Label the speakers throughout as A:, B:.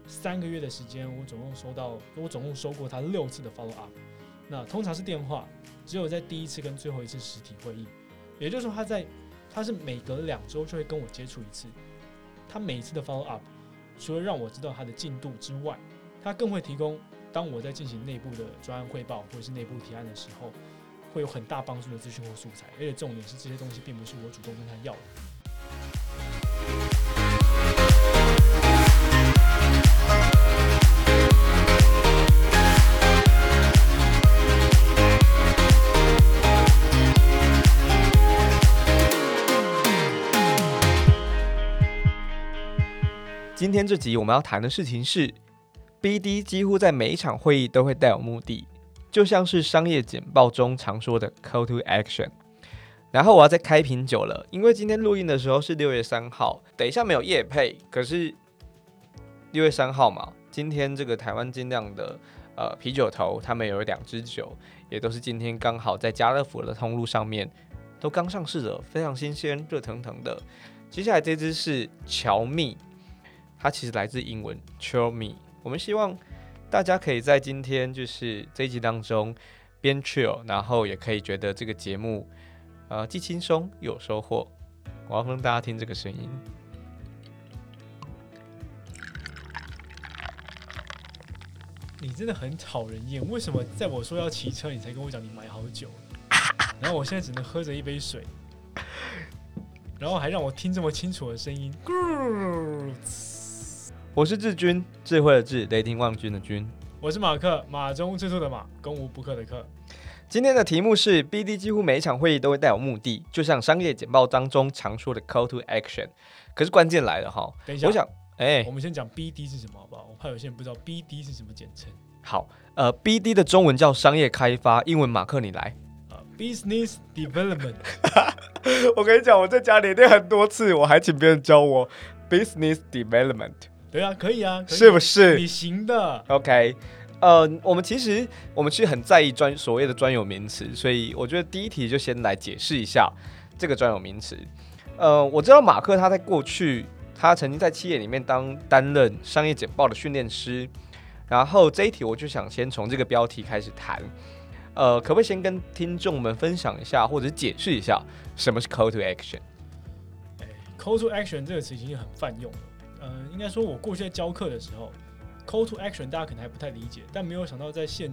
A: 3个月的时间，我总共收过他6次的 follow up。那通常是电话，只有在第一次跟最后一次实体会议。也就是说，他是每隔2周就会跟我接触一次。他每一次的 follow up， 除了让我知道他的进度之外，他更会提供当我在进行内部的专案汇报或者是内部提案的时候，会有很大帮助的资讯或素材。而且重点是这些东西并不是我主动跟他要的。
B: 今天这集我们要谈的事情是 BD 几乎在每一场会议都会带有目的，就像是商业简报中常说的 Call to Action。 然后我要再开瓶酒了，因为今天录音的时候是6月3号，等一下没有业配，可是6月3号嘛，今天这个台湾精酿的啤酒头他们有2支酒，也都是今天刚好在家乐福的通路上面都刚上市的，非常新鲜热腾腾的。接下来这支是乔蜜，它其实来自英文 Chill Me。 我们希望大家可以在今天就是这一集当中边 chill， 然后也可以觉得这个节目既轻松又有收获。我要让大家听这个声音。
A: 你真的很讨人厌，为什么在我说要骑车你才跟我讲你买好酒，然后我现在只能喝着一杯水，然后还让我听这么清楚的声音。
B: 我是志军，智慧的智，雷霆万钧的钧。
A: 我是马克，马中吃醋的马，攻无不克的克。
B: 今天的题目是 BD 几乎每一场会议都会带有目的，就像商业简报当中常说的 Call to Action。 可是关键来了哈，
A: 等一下，
B: 我想
A: 我们先讲 BD 是什么好不好？我怕有些人不知道 BD 是什么简称。
B: 好，BD 的中文叫商业开发，英文马克你来。
A: Business Development。
B: 我跟你讲，我在家里练很多次，我还请别人教我 Business Development。
A: 对啊，可以啊，
B: 是不是？
A: 你行的。
B: OK， 我们其实很在意所谓的专有名词，所以我觉得第一题就先来解释一下这个专有名词。我知道马克他在过去，他曾经在企业里面担任商业简报的训练师，然后这一题我就想先从这个标题开始谈。可不可以先跟听众们分享一下，或者解释一下什么是 Call to Action？Call
A: to Action 这个词已经很泛用了。应该说，我过去在教课的时候 ，Call to Action 大家可能还不太理解，但没有想到在从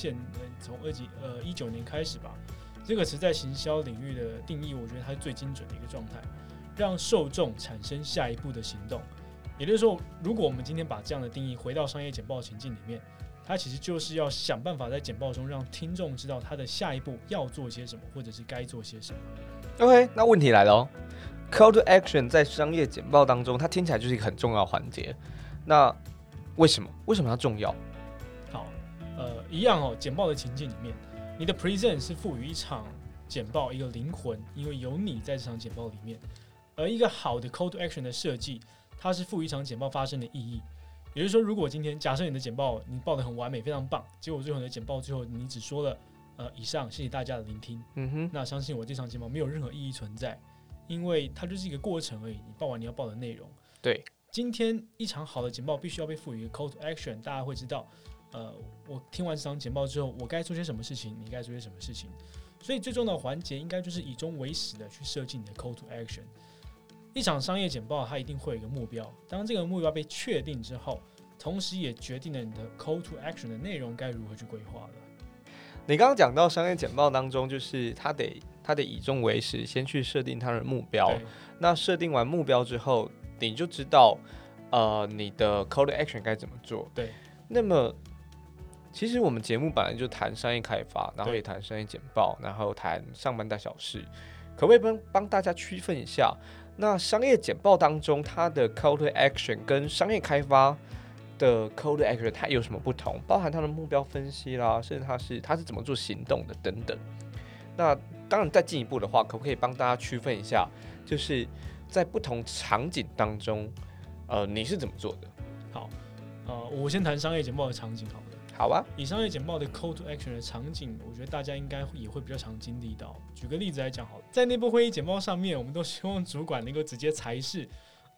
A: 19年开始吧，这个词在行销领域的定义，我觉得它是最精准的一个状态，让受众产生下一步的行动。也就是说，如果我们今天把这样的定义回到商业简报情境里面，它其实就是要想办法在简报中让听众知道他的下一步要做些什么，或者是该做些什么。
B: OK， 那问题来了哦。Call to Action 在商业简报当中，它听起来就是一个很重要的环节。那为什么它重要？
A: 好，一样哦。简报的情境里面，你的 present 是赋予一场简报一个灵魂，因为有你在这场简报里面。而一个好的 Call to Action 的设计，它是赋予一场简报发生的意义。也就是说，如果今天假设你的简报你报得很完美，非常棒，结果最后你的简报最后你只说了以上，谢谢大家的聆听。那相信我，这场简报没有任何意义存在。因为它就是一个过程而已，你报完你要报的内容。
B: 对，
A: 今天一场好的简报必须要被赋予一个 call to action， 大家会知道，我听完这场简报之后，我该做些什么事情，你该做些什么事情。所以最重要的环节应该就是以终为始的去设计你的 call to action。一场商业简报它一定会有一个目标，当这个目标被确定之后，同时也决定了你的 call to action 的内容该如何去规划了。
B: 你刚刚讲到商业简报当中，就是它得以终为始，先去设定它的目标。那设定完目标之后，你就知道你的 call to action 该怎么做。
A: 对。
B: 那么其实我们节目本来就谈商业开发，然后也谈商业简报，然后谈上班大小事。可不可以帮大家区分一下？那商业简报当中，它的 call to action 跟商业开发的 call to action 它有什么不同？包含它的目标分析啦，甚至它是怎么做行动的等等。那当然再进一步的话，可不可以帮大家区分一下，就是在不同场景当中，你是怎么做的？
A: 好，我先谈商业简报的场景好了。
B: 好啊。
A: 以商业简报的 call to action 的场景，我觉得大家应该也会比较常经历到。举个例子来讲好了，在内部会议简报上面，我们都希望主管能够直接裁示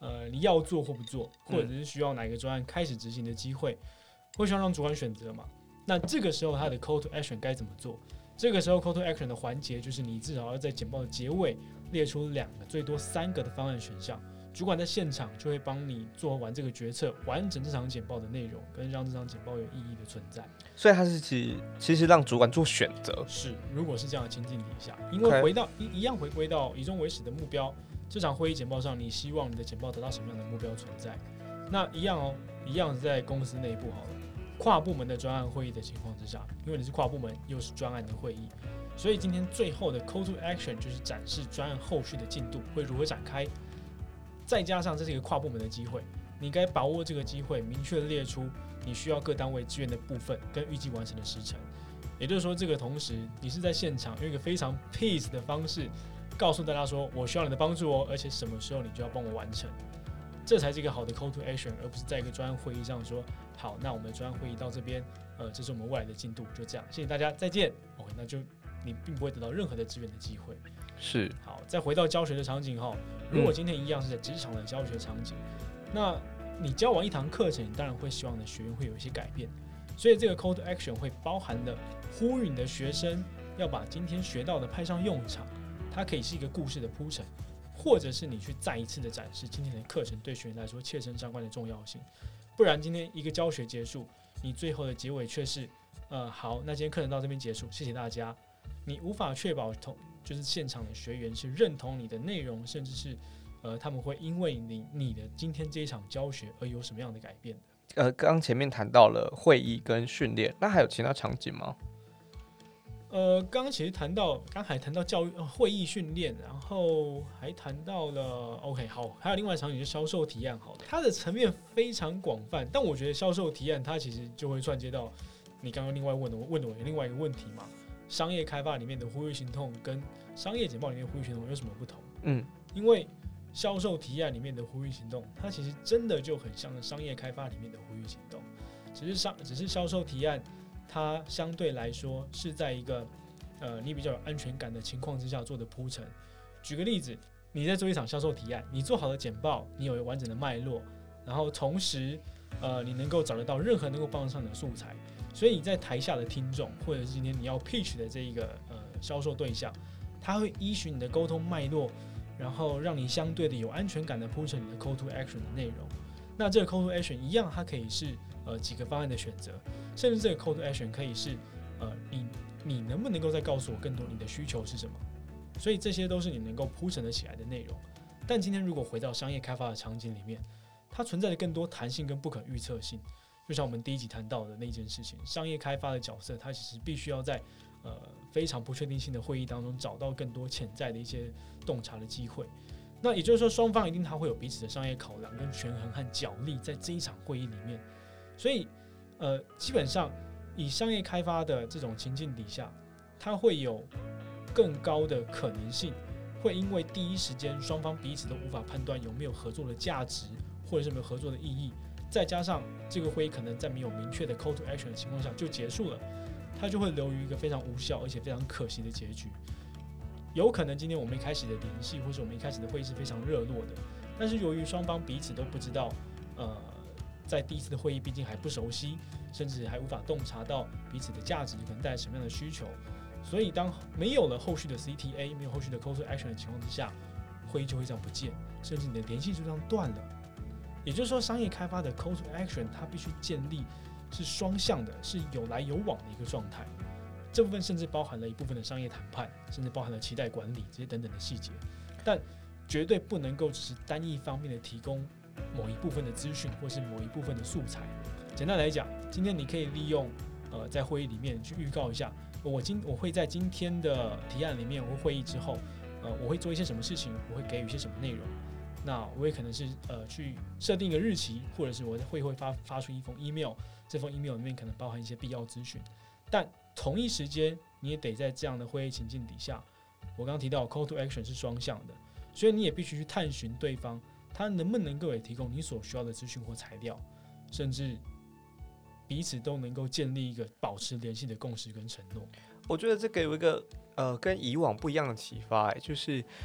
A: 你要做或不做，或者是需要哪个专案开始执行的机会，会需要让主管选择嘛？那这个时候他的 call to action 该怎么做？这个时候 call to action 的环节就是你至少要在简报的结尾列出2个最多3个的方案选项，主管在现场就会帮你做完这个决策，完成这场简报的内容，跟让这场简报有意义的存在。
B: 所以它是其实让主管做选择。
A: 是，如果是这样的情境底下，因为回归到以终为始的目标，这场会议简报上，你希望你的简报得到什么样的目标存在？那一样是在公司内部好了，跨部门的专案会议的情况之下，因为你是跨部门又是专案的会议，所以今天最后的 call to action 就是展示专案后续的进度会如何展开，再加上这是一个跨部门的机会，你该把握这个机会，明确列出你需要各单位支援的部分跟预计完成的时程。也就是说，这个同时你是在现场用一个非常 peace 的方式告诉大家说，我需要你的帮助哦，而且什么时候你就要帮我完成，这才是一个好的 call to action， 而不是在一个专案会议上说，好，那我们的专案会议到这边，这是我们未来的进度，就这样，谢谢大家，再见。OK， 那就你并不会得到任何的支援的机会。
B: 是，
A: 好，再回到教学的场景哈，如果今天一样是在职场的教学场景，那你教完一堂课程，你当然会希望你的学员会有一些改变，所以这个 call to action 会包含了呼吁你的学生要把今天学到的派上用场，它可以是一个故事的铺陈，或者是你去再一次的展示今天的课程对学员来说切身相关的重要性。不然今天一个教学结束，你最后的结尾却是，好，那今天课程到这边结束，谢谢大家。你无法确保就是现场的学员是认同你的内容，甚至是他们会因为你的今天这一场教学而有什么样的改变的。
B: 刚前面谈到了会议跟训练，那还有其他场景吗？
A: 刚其实还谈到教育会议训练，然后还谈到了 OK 好，还有另外场景就是销售提案，好，它的层面非常广泛，但我觉得销售提案它其实就会串接到你刚刚另外问我另外一个问题嘛，商业开发里面的呼吁行动跟商业简报里面的呼吁行动有什么不同？因为销售提案里面的呼吁行动，它其实真的就很像商业开发里面的呼吁行动，只是销售提案。它相对来说是在一个你比较有安全感的情况之下做的铺陈。举个例子，你在做一场销售提案，你做好了简报，你有完整的脉络，然后同时你能够找得到任何能够帮得上你的素材，所以你在台下的听众或者是今天你要 pitch 的这一个销售对象，他会依循你的沟通脉络，然后让你相对的有安全感的铺陈你的 call to action 的内容。那这个 call to action 一样，它可以是几个方案的选择，甚至这个 call to action 可以是你能不能够再告诉我更多你的需求是什么？所以这些都是你能够铺陈得起来的内容。但今天如果回到商业开发的场景里面，它存在着更多弹性跟不可预测性。就像我们第一集谈到的那件事情，商业开发的角色，它其实必须要在非常不确定性的会议当中找到更多潜在的一些洞察的机会。那也就是说，双方一定它会有彼此的商业考量跟权衡和角力在这一场会议里面。所以基本上以商业开发的这种情境底下，它会有更高的可能性，会因为第一时间双方彼此都无法判断有没有合作的价值，或者是没有合作的意义，再加上这个会议可能在没有明确的 call to action 的情况下就结束了，它就会流于一个非常无效而且非常可惜的结局。有可能今天我们一开始的联系，或者我们一开始的会议是非常热络的，但是由于双方彼此都不知道，在第一次的会议毕竟还不熟悉，甚至还无法洞察到彼此的价值可能带来什么样的需求，所以当没有了后续的 CTA， 没有后续的 call to action 的情况之下，会议就会这样不见，甚至你的联系就这样断了。也就是说，商业开发的 call to action 它必须建立是双向的，是有来有往的一个状态。这部分甚至包含了一部分的商业谈判，甚至包含了期待管理这些等等的细节，但绝对不能够只是单一方面的提供某一部分的资讯或是某一部分的素材。简单来讲，今天你可以利用在会议里面去预告一下，我会在今天的提案里面或会议之后，我会做一些什么事情，我会给予一些什么内容。那我也可能是去设定一个日期，或者是我在会发出一封 email， 这封 email 里面可能包含一些必要资讯。但同一时间，你也得在这样的会议情境底下，我刚刚提到 call to action 是双向的，所以你也必须去探寻对方他能不能够也提供你所需要的资讯或材料，甚至彼此都能够建立一个保持联系的共识跟承诺。
B: 我觉得这给我一个跟以往不一样的启发，就是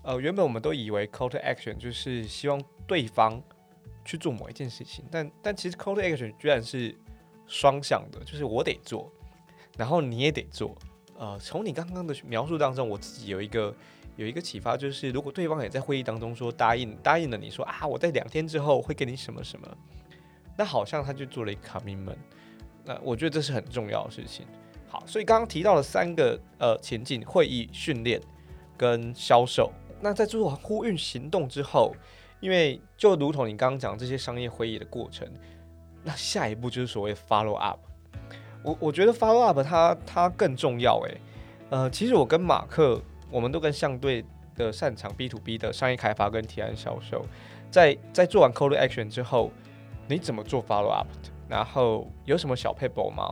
B: 原本我们都以为 call to action 就是希望对方去做某一件事情，但其实 call to action 居然是双向的，就是我得做，然后你也得做。从你刚刚的描述当中，我自己有一个启发，就是如果对方也在会议当中说答应了你说啊，我在2天之后会给你什么什么，那好像他就做了一个 commitment。那我觉得这是很重要的事情。好，所以刚刚提到了3个前进：会议、训练跟销售。那在做完呼吁行动之后，因为就如同你刚刚讲这些商业会议的过程，那下一步就是所谓的 follow up。我觉得 follow up 它更重要其实我跟马克，我们都跟相对的擅长 B to B 的商业开发跟提案销售，在做完 call to action 之后，你怎么做 follow up？ 然后有什么小 paper 吗？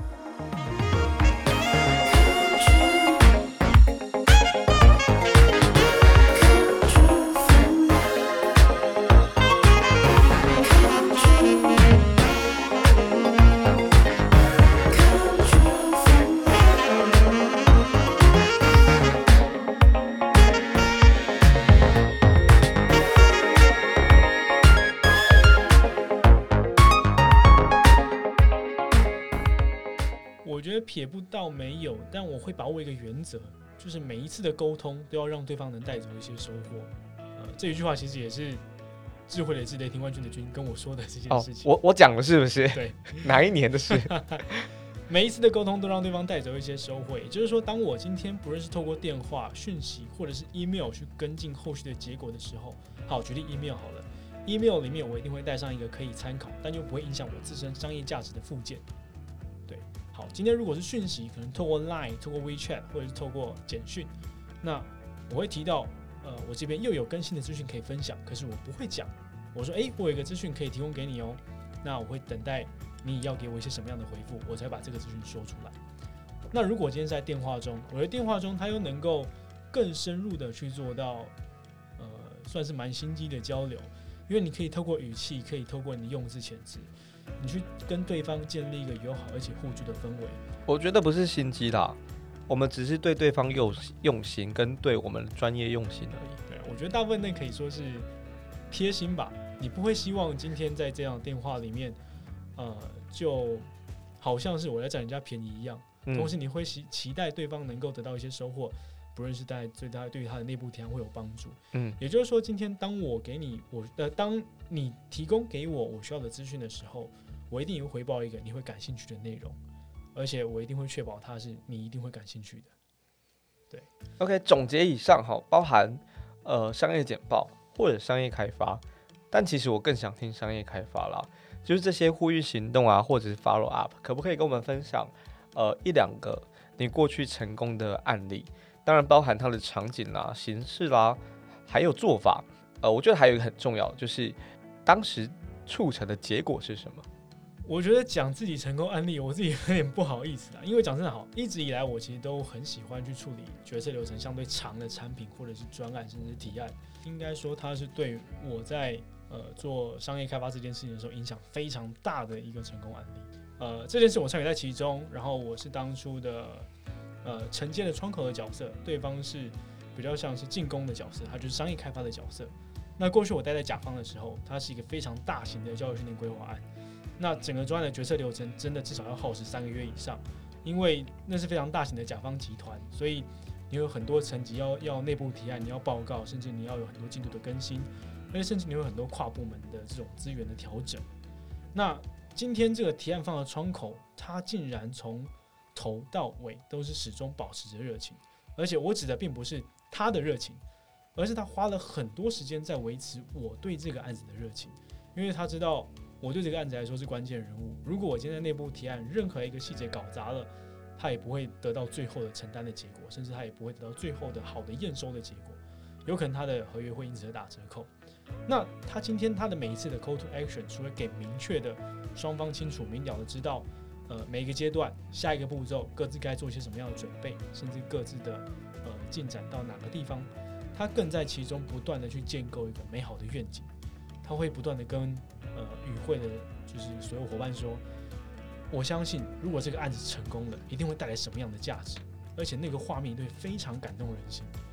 A: 我觉得撇不到没有，但我会把握一个原则，就是每一次的沟通都要让对方能带走一些收获。这一句话其实也是智慧的智雷霆冠军的君跟我说的这件事情。
B: 我讲的是不是？
A: 对，
B: 哪一年的事？
A: 每一次的沟通都让对方带走一些收获，也就是说，当我今天不论是透过电话、讯息或者是 email 去跟进后续的结果的时候，好，举例 email 好了 ，email 里面我一定会带上一个可以参考，但又不会影响我自身商业价值的附件。对，好，今天如果是讯息，可能透过 Line、透过 WeChat 或者是透过简讯，那我会提到，我这边又有更新的资讯可以分享，可是我不会讲，我说，我有一个资讯可以提供给你哦，那我会等待你要给我一些什么样的回复，我才把这个资讯说出来。那如果今天在电话中，我的电话中它又能够更深入的去做到，算是蛮心机的交流，因为你可以透过语气，可以透过你用字遣词，你去跟对方建立一个友好而且互助的氛围。
B: 我觉得不是心机啦，我们只是对对方用心，跟对我们专业用心而已。
A: 对，我觉得大部分那可以说是贴心吧。你不会希望今天在这样的电话里面，就好像是我在占人家便宜一样。同时，你会期待对方能够得到一些收获，不论是对于他的内部提案会有帮助。也就是说，今天当我给你当你提供给我需要的资讯的时候，我一定会回报一个你会感兴趣的内容，而且我一定会确保它是你一定会感兴趣的。对
B: ，OK， 总结以上包含商业简报或者商业开发，但其实我更想听商业开发啦，就是这些呼吁行动啊，或者是 follow up， 可不可以跟我们分享1-2个你过去成功的案例？当然包含它的场景啦、形式啦，还有做法。我觉得还有一个很重要，就是当时促成的结果是什么？
A: 我觉得讲自己成功案例，我自己有点不好意思啦，因为讲真的好，一直以来我其实都很喜欢去处理决策流程相对长的产品或者是专案，甚至是提案。应该说它是对我在做商业开发这件事情的时候影响非常大的一个成功案例。这件事我参与在其中，然后我是当初的承接了窗口的角色，对方是比较像是进攻的角色，他就是商业开发的角色。那过去我待在甲方的时候，它是一个非常大型的教育训练规划案。那整个专案的决策流程真的至少要耗时3个月以上，因为那是非常大型的甲方集团，所以你有很多层级要内部提案，你要报告，甚至你要有很多进度的更新，而且甚至你有很多跨部门的这种资源的调整。那今天这个提案方的窗口，它竟然从头到尾都是始终保持着热情，而且我指的并不是他的热情，而是他花了很多时间在维持我对这个案子的热情，因为他知道我对这个案子来说是关键人物。如果我今天在内部提案任何一个细节搞砸了，他也不会得到最后的承担的结果，甚至他也不会得到最后的好的验收的结果，有可能他的合约会因此而打折扣。那他今天他的每一次的 call to action， 除了给明确的双方清楚明了的知道，每一个阶段下一个步骤各自该做些什么样的准备，甚至各自的进展到哪个地方，他更在其中不断的去建构一个美好的愿景。他会不断的跟与会的，就是所有伙伴说，我相信如果这个案子成功了，一定会带来什么样的价值，而且那个画面一定会非常感动人心。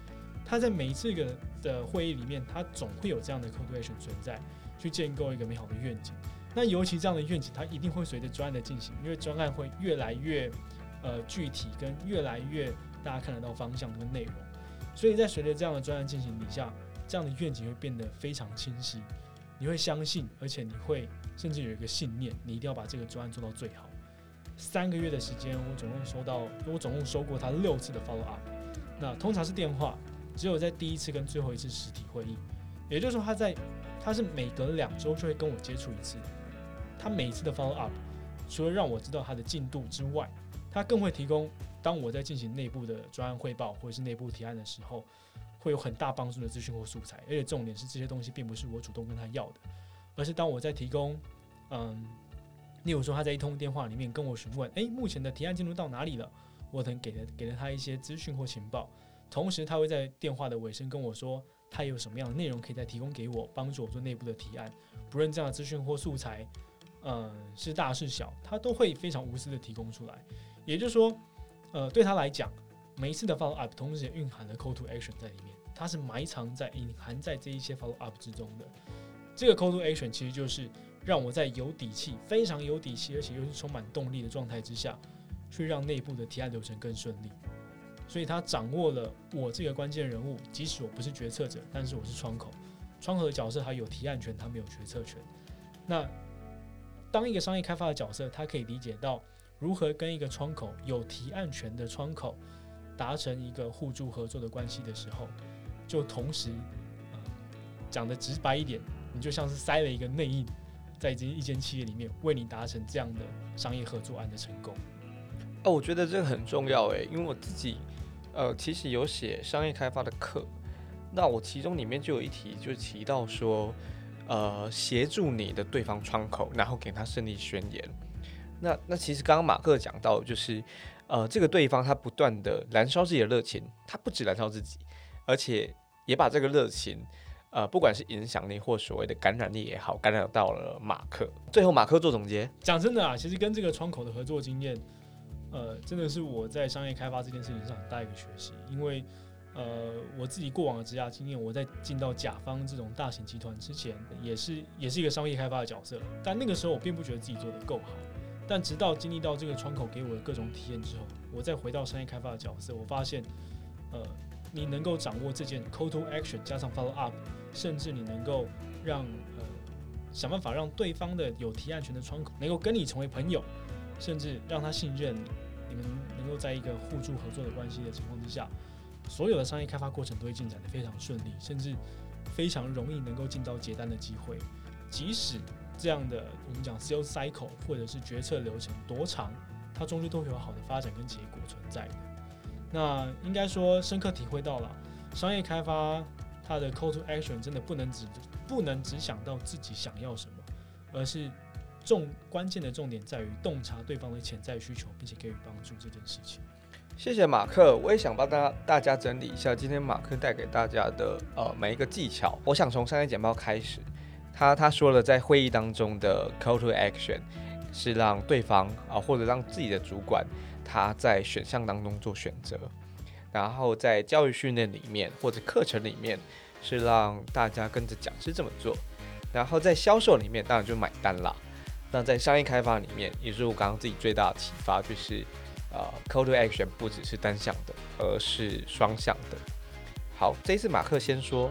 A: 他在每一次的会议里面，他总会有这样的 call to action 存在，去建构一个美好的愿景。那尤其这样的愿景，它一定会随着专案的进行，因为专案会越来越具体，跟越来越大家看得到方向跟内容。所以在随着这样的专案进行底下，这样的愿景会变得非常清晰。你会相信，而且你会甚至有一个信念，你一定要把这个专案做到最好。3个月的时间，我总共收过他6次的 follow up。那通常是电话，只有在第一次跟最后一次实体会议。也就是说，他是每隔2周就会跟我接触一次。他每一次的 follow up， 除了让我知道他的进度之外，他更会提供当我在进行内部的专案汇报或者是内部提案的时候，会有很大帮助的资讯或素材。而且重点是，这些东西并不是我主动跟他要的，而是当我在提供，例如说他在一通电话里面跟我询问，目前的提案进度到哪里了，我可能给了他一些资讯或情报。同时，他会在电话的尾声跟我说，他有什么样的内容可以再提供给我，帮助我做内部的提案。不论这样的资讯或素材，是大是小，他都会非常无私的提供出来。也就是说，对他来讲，每一次的 follow up 同时也蕴含了 call to action 在里面，它是隐含在这一些 follow up 之中的。这个 call to action 其实就是让我在有底气、非常有底气，而且又是充满动力的状态之下，去让内部的提案流程更顺利。所以他掌握了我这个关键人物，即使我不是决策者，但是我是窗口。窗口的角色，他有提案权，他没有决策权。那当一个商业开发的角色，他可以理解到如何跟一个窗口有提案权的窗口达成一个互助合作的关系的时候，就同时讲的直白一点，你就像是塞了一个内应在一间企业里面，为你达成这样的商业合作案的成功。
B: 我觉得这个很重要因为我自己其实有写商业开发的课，那我其中里面就有一题就提到说协助你的对方窗口，然后给他胜利宣言。那其实刚刚马克讲到，就是这个对方他不断的燃烧自己的热情，他不只燃烧自己，而且也把这个热情不管是影响力或所谓的感染力也好，感染到了马克。最后马克做总结，
A: 讲真的其实跟这个窗口的合作经验，真的是我在商业开发这件事情上很大一个学习，因为我自己过往的职涯经验，我在进到甲方这种大型集团之前，也是一个商业开发的角色，但那个时候我并不觉得自己做得够好。但直到经历到这个窗口给我的各种体验之后，我再回到商业开发的角色，我发现，你能够掌握这件 call to action 加上 follow up， 甚至你能够让想办法让对方的有提案权的窗口能够跟你成为朋友，甚至让他信任你，你们能够在一个互助合作的关系的情况之下，所有的商业开发过程都会进展得非常顺利，甚至非常容易能够进到结单的机会。即使这样的我们讲 sales cycle 或者是决策流程多长，它终究都会有好的发展跟结果存在的。那应该说深刻体会到了商业开发它的 call to action 真的不能只想到自己想要什么，而是关键的重点在于洞察对方的潜在需求，并且给予帮助这件事情。
B: 谢谢马克，我也想帮大家整理一下今天马克带给大家的每一个技巧。我想从商业简报开始，他说了在会议当中的 call to action 是让对方或者让自己的主管他在选项当中做选择，然后在教育训练里面或者课程里面是让大家跟着讲师这么做，然后在销售里面当然就买单啦。那在商业开发里面，也是我刚刚自己最大的启发，就是call to action 不只是单向的，而是双向的。好，这一次马克先说。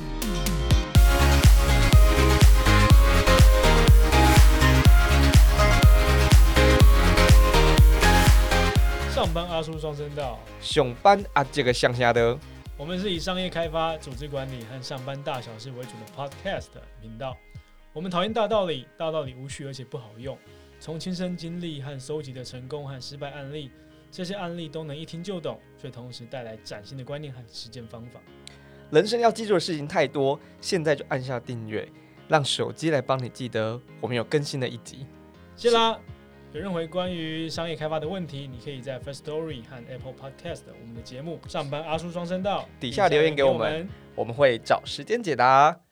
A: 上班阿叔双声道，
B: 上班这个乡下的。
A: 我们是以商业开发、组织管理和上班大小事为主的 podcast 频道。我们讨厌大道理，大道理无趣而且不好用。从亲身经历和收集的成功和失败案例，这些案例都能一听就懂，却同时带来崭新的观念和实践方法。
B: 人生要记住的事情太多，现在就按下订阅，让手机来帮你记得我们有更新的一集。
A: 谢啦！有任何关于商业开发的问题，你可以在 Firstory 和 Apple Podcast 我们的节目《上班阿叔双声道》
B: 底下留言给我们，我们会找时间解答。